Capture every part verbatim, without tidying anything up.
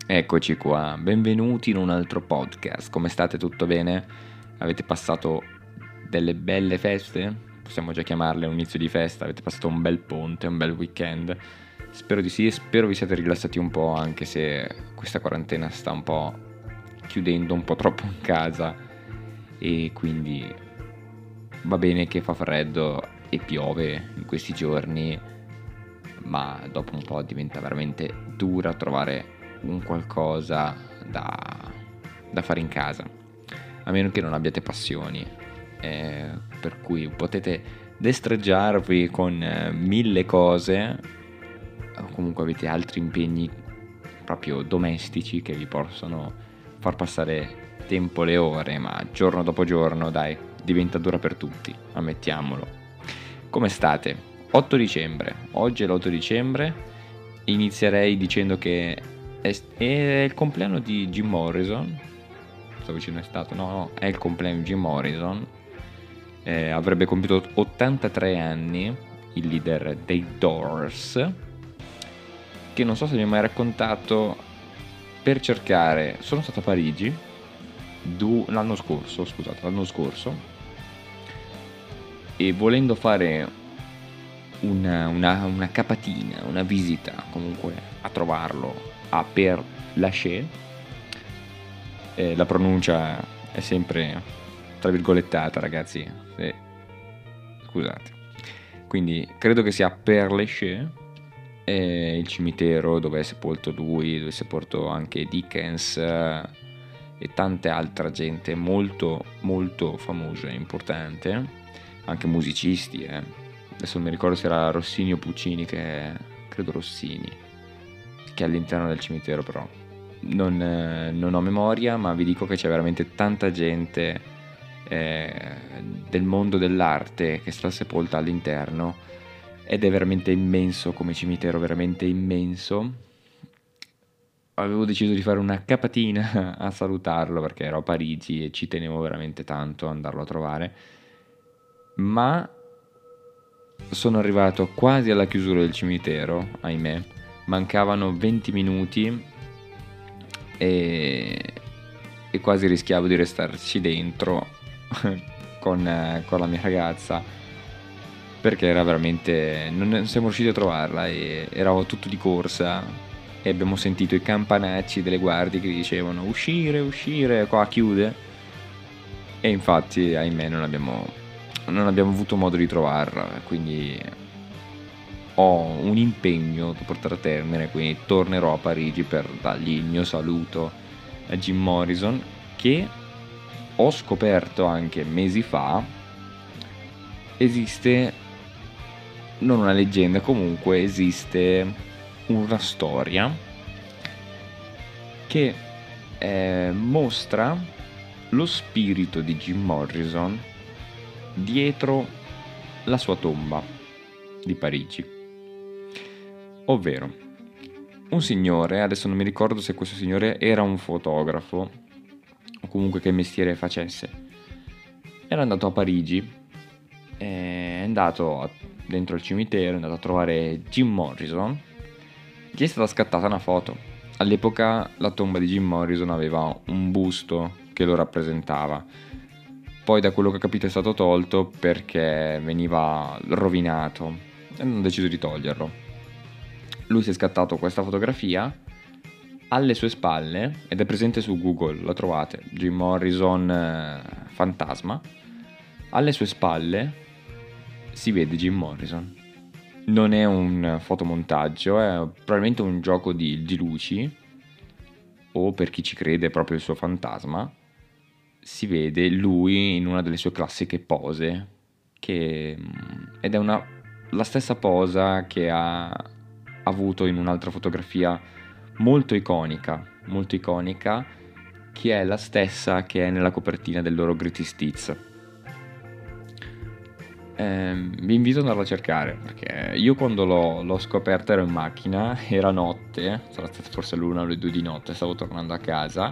Eccoci qua, benvenuti in un altro podcast. Come state? Tutto bene? Avete passato delle belle feste? Possiamo già chiamarle un inizio di festa. Avete passato un bel ponte, un bel weekend? Spero di sì e spero vi siate rilassati un po', anche se questa quarantena sta un po' chiudendo un po' troppo in casa e quindi va bene che fa freddo e piove in questi giorni, ma dopo un po' diventa veramente dura trovare un qualcosa da, da fare in casa, a meno che non abbiate passioni, eh, per cui potete destreggiarvi con eh, mille cose, o comunque avete altri impegni proprio domestici che vi possono far passare tempo le ore, ma giorno dopo giorno, dai, diventa dura per tutti, ammettiamolo. Come state? otto dicembre, oggi è l'otto dicembre, inizierei dicendo che è, è il compleanno di Jim Morrison. Sto vicino è stato, no, no, è il compleanno di Jim Morrison. Eh, avrebbe compiuto ottantatré anni, il leader dei Doors, che non so se vi ho mai raccontato. Per cercare, sono stato a Parigi du, l'anno scorso, scusate, l'anno scorso, e volendo fare una, una, una capatina, una visita comunque a trovarlo a Père Lachaise, eh, la pronuncia è sempre tra virgolettata, ragazzi, eh, scusate, quindi credo che sia Père Lachaise, eh, il cimitero dove è sepolto lui, dove è sepolto anche Dickens eh, e tante altre gente molto molto famosa e importante, anche musicisti, eh. adesso non mi ricordo se era Rossini o Puccini, che credo Rossini, che è all'interno del cimitero, però non, eh, non ho memoria, ma vi dico che c'è veramente tanta gente eh, del mondo dell'arte che sta sepolta all'interno, ed è veramente immenso come cimitero, veramente immenso. Avevo deciso di fare una capatina a salutarlo perché ero a Parigi e ci tenevo veramente tanto ad andarlo a trovare, ma sono arrivato quasi alla chiusura del cimitero, ahimè. Mancavano venti minuti e, e quasi rischiavo di restarci dentro con, con la mia ragazza, perché era veramente, non siamo riusciti a trovarla e eravamo tutto di corsa e abbiamo sentito i campanacci delle guardie che dicevano uscire, uscire, qua chiude, e infatti ahimè non abbiamo, non abbiamo avuto modo di trovarla, quindi ho un impegno da portare a termine, quindi tornerò a Parigi per dargli il mio saluto a Jim Morrison, che ho scoperto anche mesi fa esiste, non una leggenda, comunque esiste una storia che eh, mostra lo spirito di Jim Morrison dietro la sua tomba di Parigi. Ovvero, un signore, adesso non mi ricordo se questo signore era un fotografo o comunque che mestiere facesse, era andato a Parigi, è andato dentro il cimitero, è andato a trovare Jim Morrison, gli è stata scattata una foto. All'epoca la tomba di Jim Morrison aveva un busto che lo rappresentava, poi da quello che ho capito è stato tolto perché veniva rovinato e hanno deciso di toglierlo. Lui si è scattato questa fotografia, alle sue spalle, ed è presente su Google, la trovate, Jim Morrison eh, fantasma, alle sue spalle si vede Jim Morrison. Non è un fotomontaggio, è probabilmente un gioco di, di luci, o per chi ci crede proprio il suo fantasma, si vede lui in una delle sue classiche pose, che, ed è una, la stessa posa che ha avuto in un'altra fotografia molto iconica, molto iconica, che è la stessa che è nella copertina del loro Greatest Hits. Eh, vi invito ad andarlo a cercare, perché io quando l'ho, l'ho scoperta ero in macchina, era notte, sarà stata forse l'una o le due di notte, stavo tornando a casa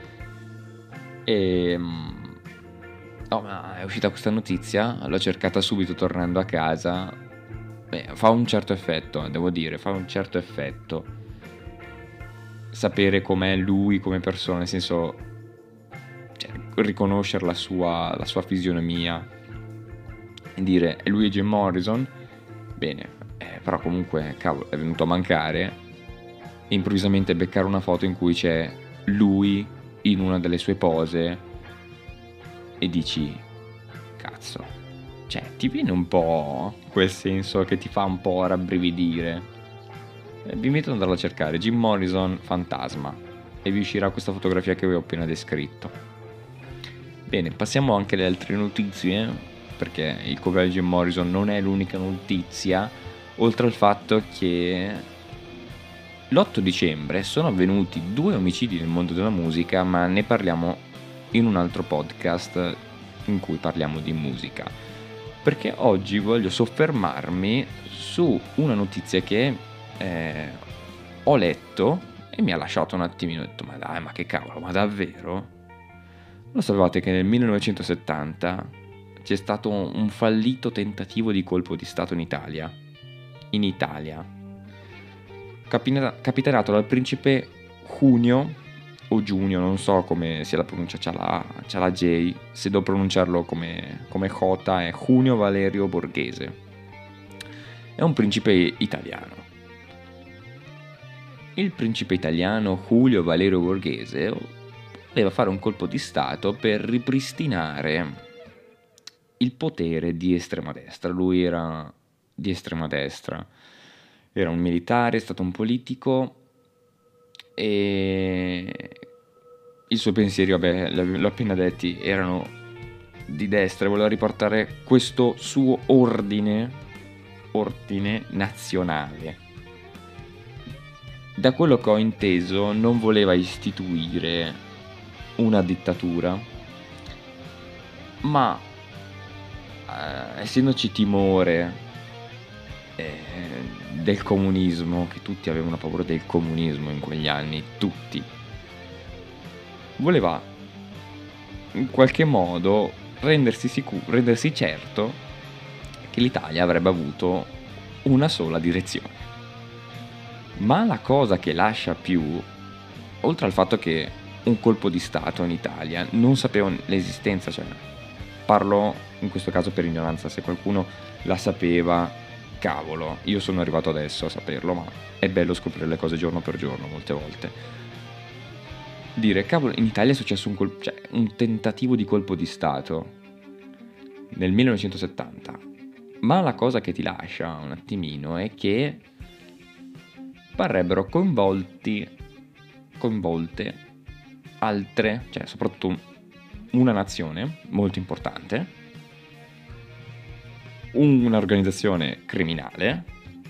e oh, ma è uscita questa notizia, l'ho cercata subito tornando a casa. Beh, fa un certo effetto, devo dire, fa un certo effetto. sapere com'è lui come persona, nel senso, cioè, riconoscere la sua, la sua fisionomia e dire e lui è Jim Morrison, bene, eh, però comunque cavolo, è venuto a mancare, e improvvisamente beccare una foto in cui c'è lui in una delle sue pose e dici cazzo, cioè ti viene un po' quel senso che ti fa un po' rabbrividire. Eh, vi invito ad andarlo a cercare, Jim Morrison fantasma, e vi uscirà questa fotografia che vi ho appena descritto. Bene, passiamo anche alle altre notizie, perché il cover di Jim Morrison non è l'unica notizia, oltre al fatto che l'otto dicembre sono avvenuti due omicidi nel mondo della musica, ma ne parliamo in un altro podcast in cui parliamo di musica, perché oggi voglio soffermarmi su una notizia che eh, ho letto e mi ha lasciato un attimino, ho detto ma dai, ma che cavolo, ma davvero? Lo sapevate che nel millenovecentosettanta c'è stato un fallito tentativo di colpo di stato in Italia? In Italia. Capitanato dal principe Junio, o Giunio, non so come sia la pronuncia, c'ha la, c'ha la J, se devo pronunciarlo come, come J è Junio Valerio Borghese. È un principe italiano. Il principe italiano Julio Valerio Borghese voleva fare un colpo di stato per ripristinare il potere di estrema destra. Lui era di estrema destra, era un militare, è stato un politico e i suoi pensieri, vabbè, l'ho appena detti, erano di destra e voleva riportare questo suo ordine, ordine nazionale. Da quello che ho inteso, non voleva istituire una dittatura, ma eh, essendoci timore eh, del comunismo, che tutti avevano paura del comunismo in quegli anni, tutti, voleva in qualche modo rendersi sicuro, rendersi certo che l'Italia avrebbe avuto una sola direzione. Ma la cosa che lascia più, oltre al fatto che un colpo di stato in Italia non sapevo l'esistenza, cioè parlo in questo caso per ignoranza, se qualcuno la sapeva, cavolo, io sono arrivato adesso a saperlo, ma è bello scoprire le cose giorno per giorno molte volte. Dire, cavolo, in Italia è successo un, col- cioè, un tentativo di colpo di stato nel millenovecentosettanta, ma la cosa che ti lascia un attimino è che parrebbero coinvolti coinvolte altre, cioè soprattutto una nazione molto importante, un'organizzazione criminale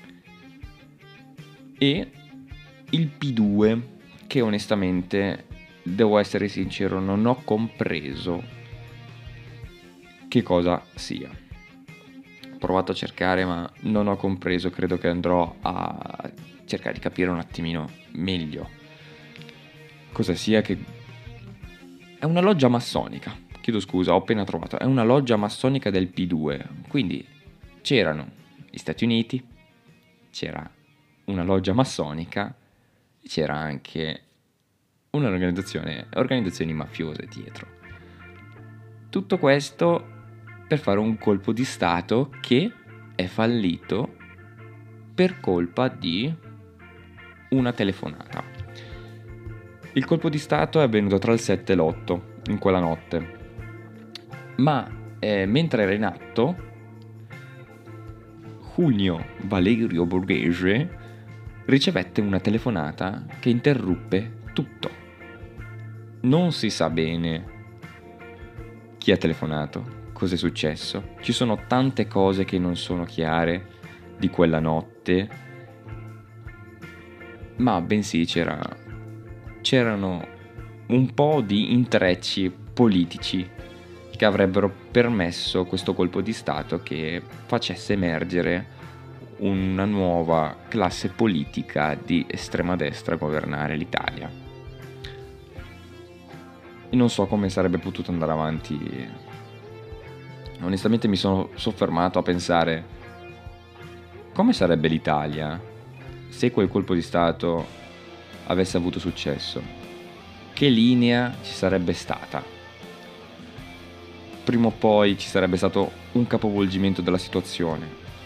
e il P due, che onestamente, devo essere sincero, non ho compreso che cosa sia. Ho provato a cercare ma non ho compreso, credo che andrò a cercare di capire un attimino meglio cosa sia. Che è una loggia massonica, chiedo scusa, ho appena trovato, è una loggia massonica del P due, quindi c'erano gli Stati Uniti, c'era una loggia massonica e c'era anche un'organizzazione, organizzazioni mafiose dietro. Tutto questo per fare un colpo di stato che è fallito per colpa di una telefonata. Il colpo di stato è avvenuto tra il sette e l'otto, in quella notte, ma eh, mentre era in atto, Junio Valerio Borghese ricevette una telefonata che interruppe tutto. Non si sa bene chi ha telefonato, cosa è successo. Ci sono tante cose che non sono chiare di quella notte, ma bensì c'era, c'erano un po' di intrecci politici che avrebbero permesso questo colpo di stato che facesse emergere una nuova classe politica di estrema destra a governare l'Italia. E non so come sarebbe potuto andare avanti. Onestamente mi sono soffermato a pensare come sarebbe l'Italia se quel colpo di stato avesse avuto successo, che linea ci sarebbe stata? Prima o poi ci sarebbe stato un capovolgimento della situazione,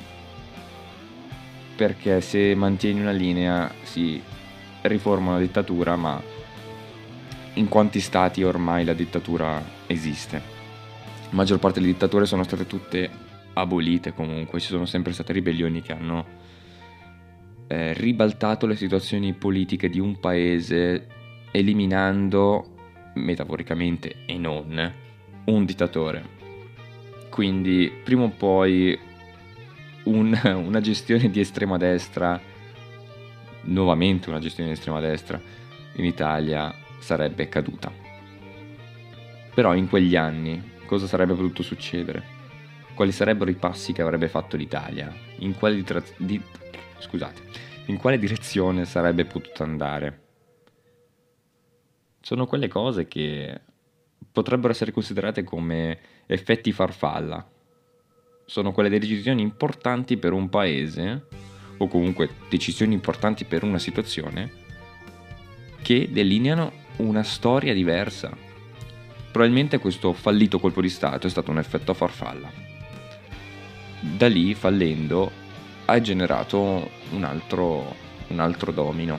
perché se mantieni una linea si riforma una dittatura, ma in quanti stati ormai la dittatura esiste? La maggior parte delle dittature sono state tutte abolite comunque, ci sono sempre state ribellioni che hanno eh, ribaltato le situazioni politiche di un paese, eliminando, metaforicamente e non, un dittatore. Quindi prima o poi un, una gestione di estrema destra, nuovamente una gestione di estrema destra in Italia sarebbe caduta. Però in quegli anni cosa sarebbe potuto succedere? Quali sarebbero i passi che avrebbe fatto l'Italia? In quale, ditra- di- scusate, in quale direzione sarebbe potuta andare? Sono quelle cose che potrebbero essere considerate come effetti farfalla. Sono quelle decisioni importanti per un paese, o comunque decisioni importanti per una situazione, che delineano una storia diversa. Probabilmente questo fallito colpo di Stato è stato un effetto a farfalla. Da lì, fallendo, ha generato un altro, un altro domino.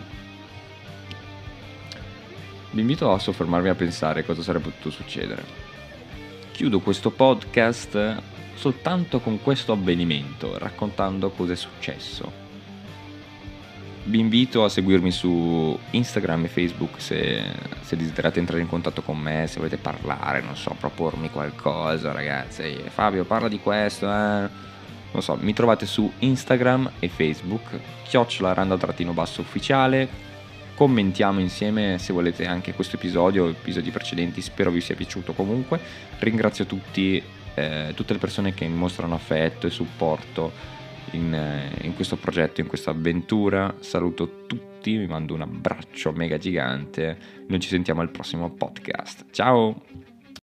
Vi invito a soffermarvi a pensare cosa sarebbe potuto succedere. Chiudo questo podcast soltanto con questo avvenimento, raccontando cosa è successo. Vi invito a seguirmi su Instagram e Facebook se, se desiderate entrare in contatto con me, se volete parlare, non so, propormi qualcosa, ragazzi. Fabio, parla di questo, eh. Non so, mi trovate su Instagram e Facebook, chiocciola randa-basso ufficiale. Commentiamo insieme se volete anche questo episodio o episodi precedenti, spero vi sia piaciuto comunque. Ringrazio tutti, eh, tutte le persone che mi mostrano affetto e supporto In, in questo progetto, in questa avventura. Saluto tutti, vi mando un abbraccio mega gigante, noi ci sentiamo al prossimo podcast, ciao!